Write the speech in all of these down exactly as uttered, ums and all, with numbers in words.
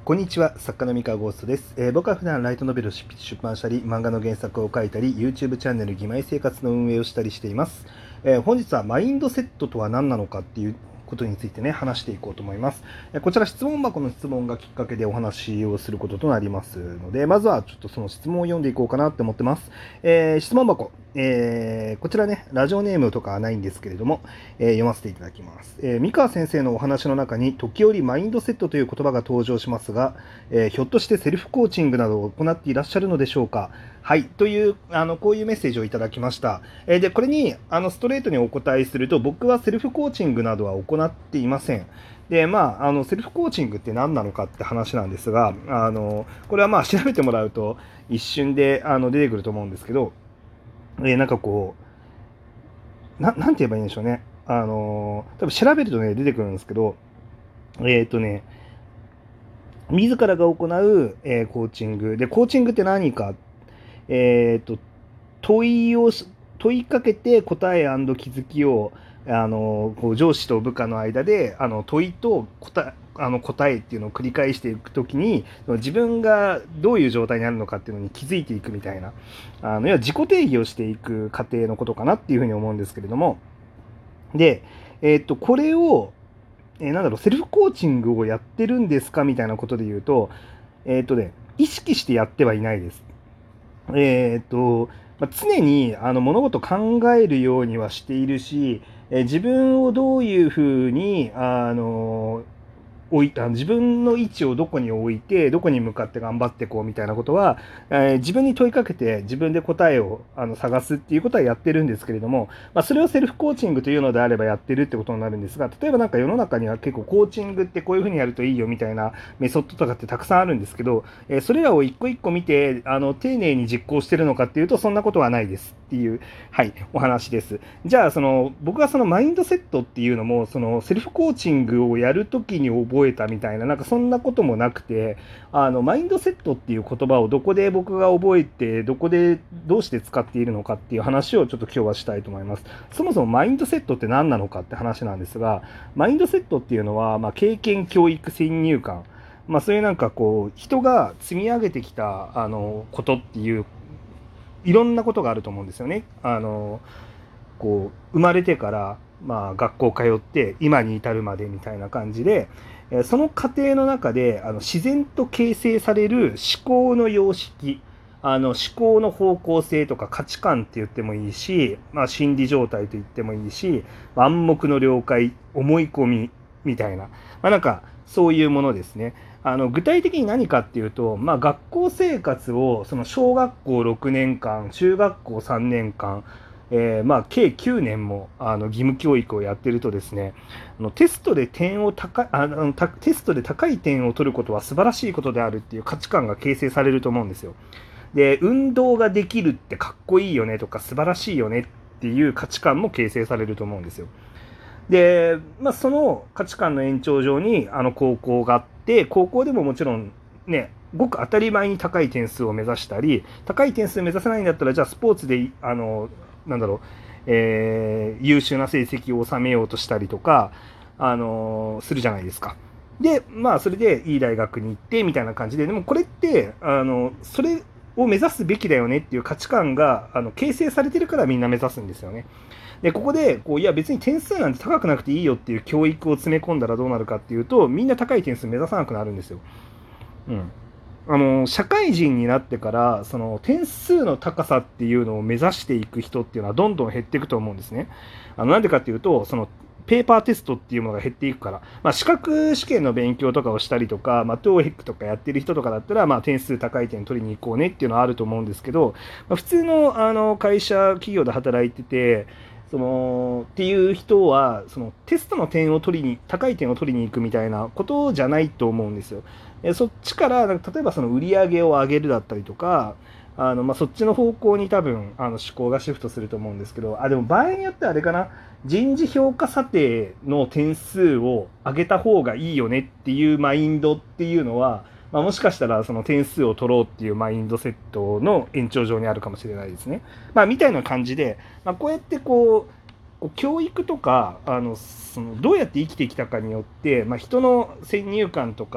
こんにちは、作家の三河ゴーストです。えー僕は普段ライトノベルを出出版したり、漫画の原作を書いたり、YouTube チャンネル義妹生活の運営をしたりしています。えー本日はマインドセットとは何なのかっていうことについてね、話していこうと思います。えーこちら質問箱の質問がきっかけでお話をすることとなりますので、まずはちょっとその質問を読んでいこうかなって思ってます。えー質問箱、えーこちらね、ラジオネームとかはないんですけれども、えー読ませていただきます。えー三河先生のお話の中に時折マインドセットという言葉が登場しますが、えーひょっとしてセルフコーチングなどを行っていらっしゃるのでしょうか。はい、というあのこういうメッセージをいただきました。えーでこれにあのストレートにお答えすると、僕はセルフコーチングなどは行っていません。でまあ、あのセルフコーチングって何なのかって話なんですが、あのこれはまあ調べてもらうと一瞬であの出てくると思うんですけど、えーなんかこうな、なんて言えばいいんでしょうね。あの多分調べるとね出てくるんですけど、えっ、とね自らが行う、えーコーチングで、コーチングって何か、えー、と問いを問いかけて答え気づきをあのこう上司と部下の間であの問いと答えあの答えっていうのを繰り返していくときに、自分がどういう状態にあるのかっていうのに気づいていくみたいな、あの要は自己定義をしていく過程のことかなっていうふうに思うんですけれども、で、えー、とこれをえー、なんだろう、セルフコーチングをやってるんですかみたいなことで言うと、えっ、とね、意識してやってはいないです。えっ、と、まあ、常にあの物事を考えるようにはしているし、えー自分をどういうふうに、あの置いた自分の位置をどこに置いてどこに向かって頑張っていこうみたいなことは、えー自分に問いかけて自分で答えをあの探すっていうことはやってるんですけれども、まあ、それをセルフコーチングというのであればやってるってことになるんですが、例えばなんか世の中には結構コーチングってこういうふうにやるといいよみたいなメソッドとかってたくさんあるんですけど、えーそれらを一個一個見てあの丁寧に実行してるのかっていうとそんなことはないですっていう、はい、お話です。じゃあその僕はそのマインドセットっていうのもそのセルフコーチングをやるときに覚えたみたいな、なんかそんなこともなくて、あのマインドセットっていう言葉をどこで僕が覚えてどこでどうして使っているのかっていう話をちょっと今日はしたいと思います。そもそもマインドセットって何なのかって話なんですが、マインドセットっていうのは、まあ、経験教育先入観、まあ、そういうなんかこう人が積み上げてきたあのことっていういろんなことがあると思うんですよね。あのこう生まれてから、まあ、学校通って今に至るまでみたいな感じで、えその過程の中であの自然と形成される思考の様式、あの思考の方向性とか価値観って言ってもいいし、まあ、心理状態と言ってもいいし、暗黙の了解、思い込みみたいな、まあ、なんかそういうものですね。あの具体的に何かっていうと、まあ、学校生活をその小学校ろくねんかん、中学校さんねんかん、えーまあ、計きゅうねんもあの義務教育をやってるとですね、あのテストで点を高いあのたテストで高い点を取ることは素晴らしいことであるっていう価値観が形成されると思うんですよ。で、運動ができるってかっこいいよねとか素晴らしいよねっていう価値観も形成されると思うんですよ。で、まあ、その価値観の延長上にあの高校があって、高校でももちろんね、ごく当たり前に高い点数を目指したり、高い点数を目指せないんだったら、じゃあスポーツであのなんだろう、えー優秀な成績を収めようとしたりとか、あのするじゃないですか。で、まあそれでいい大学に行ってみたいな感じで、でもこれってあのそれを目指すべきだよねっていう価値観があの形成されてるからみんな目指すんですよね。でここでこういや別に点数なんて高くなくていいよっていう教育を詰め込んだらどうなるかっていうと、みんな高い点数目指さなくなるんですよ。うん、あの社会人になってからその点数の高さっていうのを目指していく人っていうのはどんどん減っていくと思うんですね。あのなんでかっていうと、そのペーパーテストっていうものが減っていくから、まあ、資格試験の勉強とかをしたりとか、まあ、トーイックとかやってる人とかだったら、まあ、点数高い点取りに行こうねっていうのはあると思うんですけど、まあ、普通のあの会社企業で働いててそのっていう人はそのテストの点を取りに高い点を取りに行くみたいなことじゃないと思うんですよ。えそっちから例えばその売り上げを上げるだったりとか、あのまあそっちの方向に多分あの思考がシフトすると思うんですけど、あでも場合によってはあれかな、人事評価査定の点数を上げた方がいいよねっていうマインドっていうのは、まあ、もしかしたらその点数を取ろうっていうマインドセットの延長上にあるかもしれないですね。まあ、みたいな感じで、まあ、こうやってこう教育とかあのそのどうやって生きてきたかによって、まあ、人の先入観とか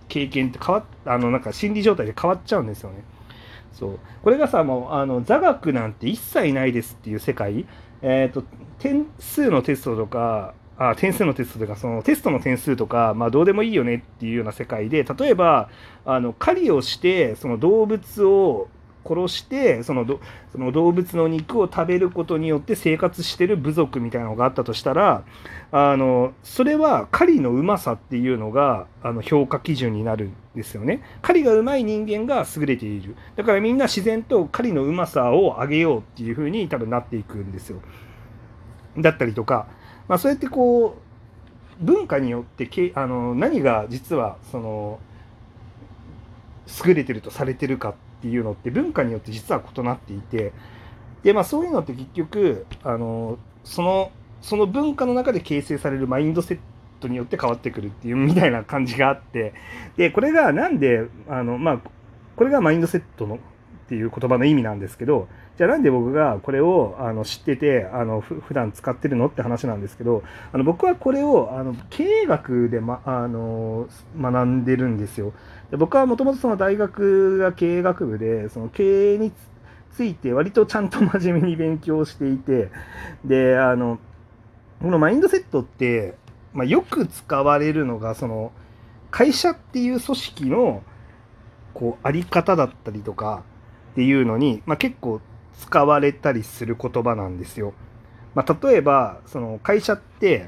経験って変わっあのなんか心理状態で変わっちゃうんですよね。そうこれがさ、もうあの座学なんて一切ないですっていう世界、えー、と点数のテストとかあ点数のテストとかそのテストの点数とか、まあ、どうでもいいよねっていうような世界で、例えばあの狩りをしてその動物を殺してそのどその動物の肉を食べることによって生活してる部族みたいなのがあったとしたら、あのそれは狩りのうまさっていうのがあの評価基準になるんですよね。狩りがうまい人間が優れている。だからみんな自然と狩りのうまさを上げようっていう風に多分なっていくんですよ。だったりとか、まあ、そうやってこう文化によってけあの何が実はその優れてるとされてるかっていうのって文化によって実は異なっていて、で、まあ、そういうのって結局あのそのその文化の中で形成されるマインドセットによって変わってくるっていうみたいな感じがあって、でこれがなんであの、まあ、これがマインドセットのっていう言葉の意味なんですけど、じゃあなんで僕がこれをあの知っててあのふ普段使ってるのって話なんですけど、あの僕はこれをあの経営学で、ま、あの学んでるんですよ。で僕はもともとその大学が経営学部でその経営について割とちゃんと真面目に勉強していて、であのこのマインドセットって、まあ、よく使われるのがその会社っていう組織のこうあり方だったりとかっていうのに、まあ、結構使われたりする言葉なんですよ。まあ、例えばその会社って、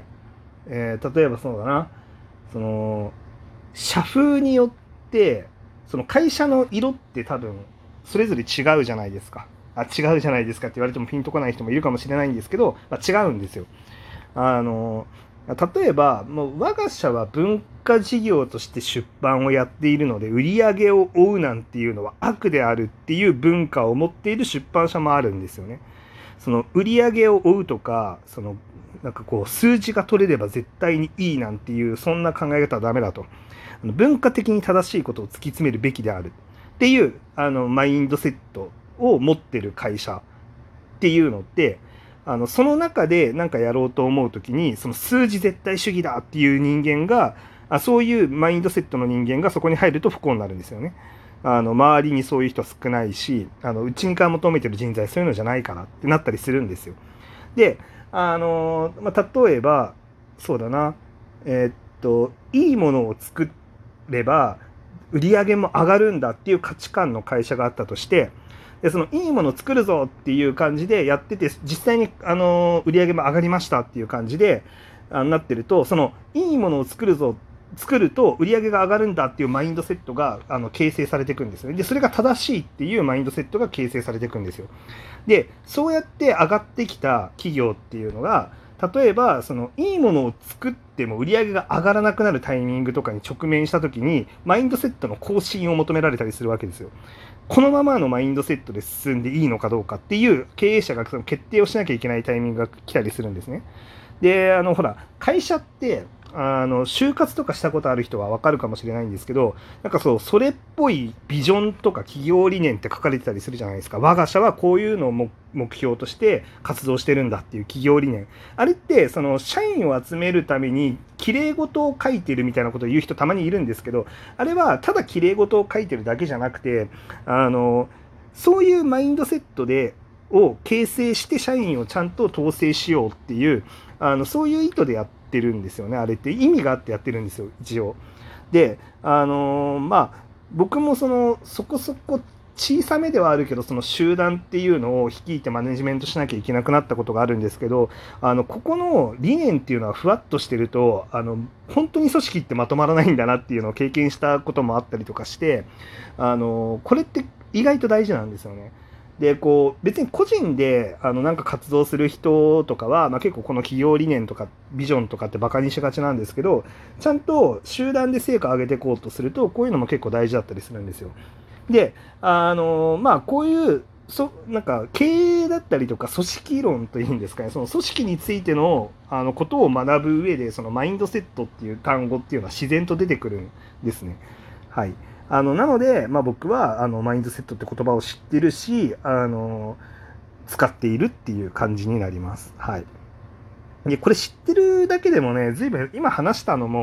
えー、例えばそうだな、その社風によってその会社の色って多分それぞれ違うじゃないですか。あ違うじゃないですかって言われてもピンとこない人もいるかもしれないんですけど、まあ、違うんですよ。あの例えばもう我が社は文化事業として出版をやっているので売り上げを追うなんていうのは悪であるっていう文化を持っている出版社もあるんですよね。その売り上げを追うとかそのなんかこう数字が取れれば絶対にいいなんていうそんな考え方はダメだと、文化的に正しいことを突き詰めるべきであるっていうあのマインドセットを持ってる会社っていうのって、あのその中で何かやろうと思うときにその数字絶対主義だっていう人間があそういうマインドセットの人間がそこに入ると不幸になるんですよね。あの周りにそういう人少ないし、あのうちにから求めてる人材そういうのじゃないからってなったりするんですよ。であの、まあ、例えばそうだな、えーっといいものを作れば売り上げも上がるんだっていう価値観の会社があったとして、でそのいいものを作るぞっていう感じでやってて実際にあの売り上げも上がりましたっていう感じであなってると、そのいいものを作るぞ作ると売り上げが上がるんだっていうマインドセットがあの形成されていくんですよね。でそれが正しいっていうマインドセットが形成されていくんですよ。でそうやって上がってきた企業っていうのが例えばそのいいものを作っても売り上げが上がらなくなるタイミングとかに直面した時にマインドセットの更新を求められたりするわけですよ。このままのマインドセットで進んでいいのかどうかっていう経営者がその決定をしなきゃいけないタイミングが来たりするんですね。であのほら会社ってあの就活とかしたことある人は分かるかもしれないんですけど、なんかそうそれっぽいビジョンとか企業理念って書かれてたりするじゃないですか。我が社はこういうのを目標として活動してるんだっていう企業理念、あれってその社員を集めるために綺麗事を書いてるみたいなことを言う人たまにいるんですけど、あれはただ綺麗事を書いてるだけじゃなくて、あのそういうマインドセットでを形成して社員をちゃんと統制しようっていうあのそういう意図でやってるんですよね。あれって意味があってやってるんですよ一応。であのー、まあ僕もそのそこそこ小さめではあるけどその集団っていうのを率いてマネジメントしなきゃいけなくなったことがあるんですけど、あのここの理念っていうのはふわっとしてるとあの本当に組織ってまとまらないんだなっていうのを経験したこともあったりとかして、あのこれって意外と大事なんですよね。でこう別に個人であのなんか活動する人とかは、まあ、結構この企業理念とかビジョンとかってバカにしがちなんですけど、ちゃんと集団で成果を上げていこうとするとこういうのも結構大事だったりするんですよ。であのまあこういうそなんか経営だったりとか組織論というんですかね、その組織についてのあのことを学ぶ上でそのマインドセットっていう単語っていうのは自然と出てくるんですね。はい。あのなので、まあ、僕はあのマインドセットって言葉を知ってるしあの使っているっていう感じになります。はい。でこれ知ってるだけでもね、随分今話したのも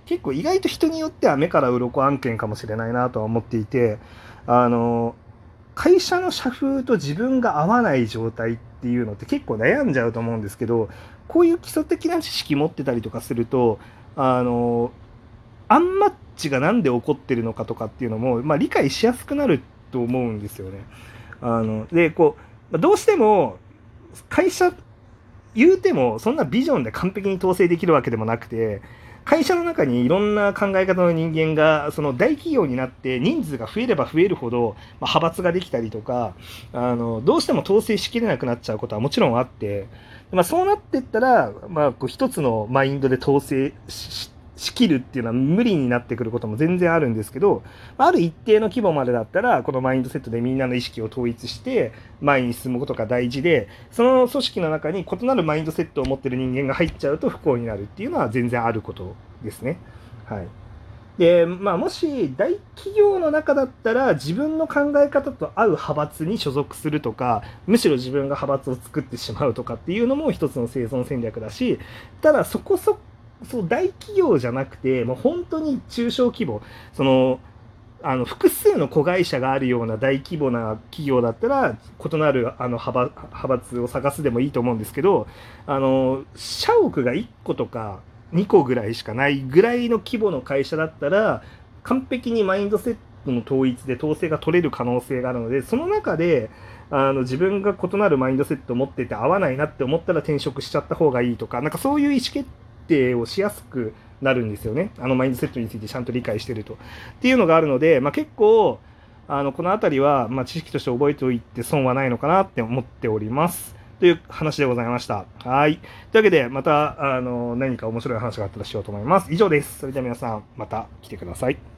結構意外と人によっては目から鱗案件かもしれないなとは思っていて、あの会社の社風と自分が合わない状態っていうのって結構悩んじゃうと思うんですけど、こういう基礎的な知識持ってたりとかすると、あのアンマッチがなんで起こってるのかとかっていうのも、まあ、理解しやすくなると思うんですよね。あのでこうどうしても会社言うてもそんなビジョンで完璧に統制できるわけでもなくて、会社の中にいろんな考え方の人間がその大企業になって人数が増えれば増えるほど、まあ、派閥ができたりとか、あのどうしても統制しきれなくなっちゃうことはもちろんあって、まあ、そうなっていったら、まあ、こう一つのマインドで統制ししきるっていうのは無理になってくることも全然あるんですけど、ある一定の規模までだったらこのマインドセットでみんなの意識を統一して前に進むことが大事で、その組織の中に異なるマインドセットを持ってる人間が入っちゃうと不幸になるっていうのは全然あることですね。はい。で、まあ、もし大企業の中だったら自分の考え方と合う派閥に所属するとか、むしろ自分が派閥を作ってしまうとかっていうのも一つの生存戦略だし、ただそこそそう大企業じゃなくてもう本当に中小規模、そのあの複数の子会社があるような大規模な企業だったら異なるあの派閥派閥を探すでもいいと思うんですけど、あの社屋がいっことかにこぐらいしかないぐらいの規模の会社だったら完璧にマインドセットの統一で統制が取れる可能性があるので、その中であの自分が異なるマインドセットを持ってて合わないなって思ったら転職しちゃった方がいいとか、なんかそういう意思決定をしやすくなるんですよね。あのマインドセットについてちゃんと理解してるとっていうのがあるので、まあ、結構あのこの辺りは、まあ、知識として覚えておいて損はないのかなって思っておりますという話でございました。はい。というわけでまたあの何か面白い話があったらしようと思います。以上です。それでは皆さんまた来てください。